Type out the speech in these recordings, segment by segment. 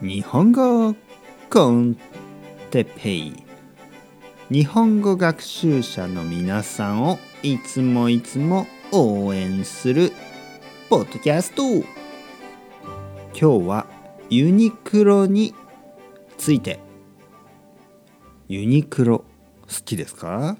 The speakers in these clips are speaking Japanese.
日本語コンテペイ、日本語学習者の皆さんをいつも応援するポッドキャスト。今日はユニクロについて。ユニクロ好きですか？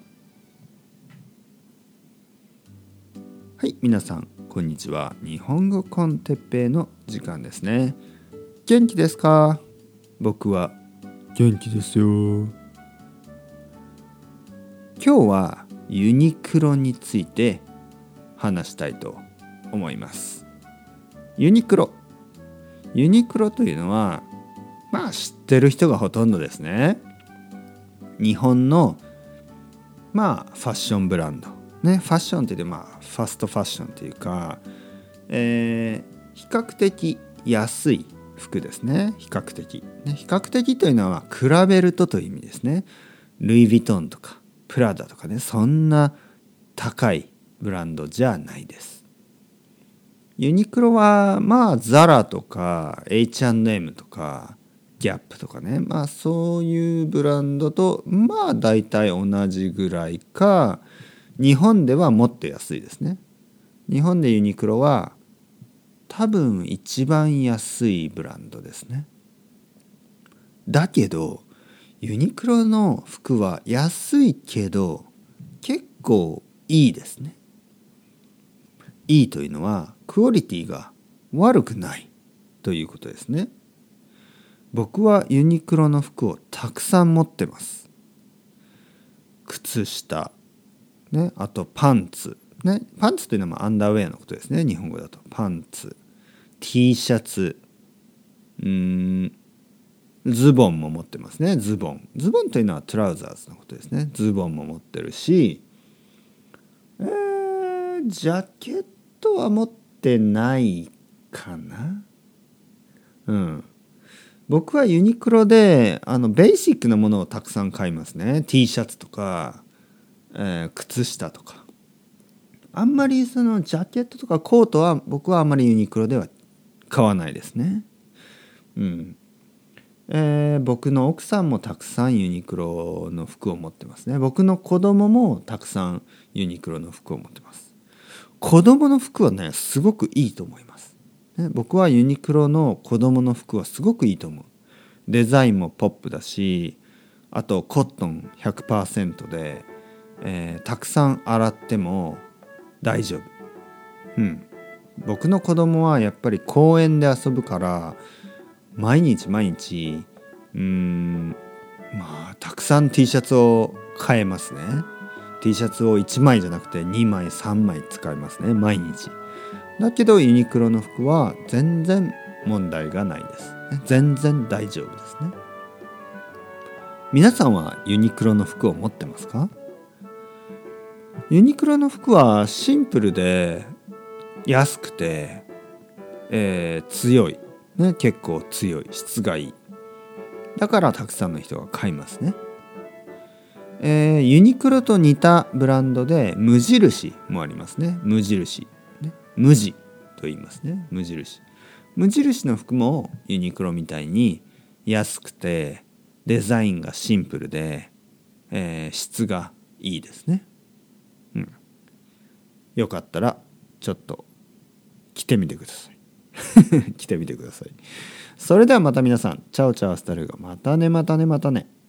はい、皆さんこんにちは。日本語コンテッペイの時間ですね。元気ですか？僕は元気ですよ。今日はユニクロについて話したいと思います。ユニクロというのは知ってる人がほとんどですね。日本のファッションブランドね。ファッションって言ってファストファッションというか、比較的安い服ですね。比較的というのは比べるとという意味ですね。ルイ・ヴィトンとかプラダとかね、そんな高いブランドじゃないです。ユニクロはザラとか H&M とかギャップとかね、そういうブランドとだいたい同じぐらいか、日本ではもっと安いですね。日本でユニクロは多分一番安いブランドですね。だけどユニクロの服は安いけど結構いいですね。いいというのはクオリティが悪くないということですね。僕はユニクロの服をたくさん持ってます。靴下ね、あとパンツね。パンツというのはアンダーウェアのことですね。日本語だとパンツ、T シャツ、ズボンも持ってますね。ズボンというのはトラウザーズのことですね。ズボンも持ってるし、ジャケットは持ってないかな。僕はユニクロでベーシックなものをたくさん買いますね。T シャツとか、靴下とか。あんまりそのジャケットとかコートは僕はあんまりユニクロでは買わないですね。僕の奥さんもたくさんユニクロの服を持ってますね。僕の子供もたくさんユニクロの服を持ってます。子供の服はねすごくいいと思います、ね。僕はユニクロの子供の服はすごくいいと思う。デザインもポップだし、あとコットン 100% で、たくさん洗っても大丈夫。僕の子供はやっぱり公園で遊ぶから毎日たくさん T シャツを買えますね。 T シャツを1枚じゃなくて2枚3枚使いますね、毎日。だけどユニクロの服は全然問題がないです。全然大丈夫ですね。皆さんはユニクロの服を持ってますか？ユニクロの服はシンプルで安くて、強い、ね、結構強い、質がいい。だからたくさんの人が買いますね。ユニクロと似たブランドで無印もありますね。無印、ね、無地と言いますね。無印の服もユニクロみたいに安くてデザインがシンプルで、質がいいですね。よかったらちょっと着てみてください。着てみてください。それではまた皆さん、チャオチャオスタルゴ、またね。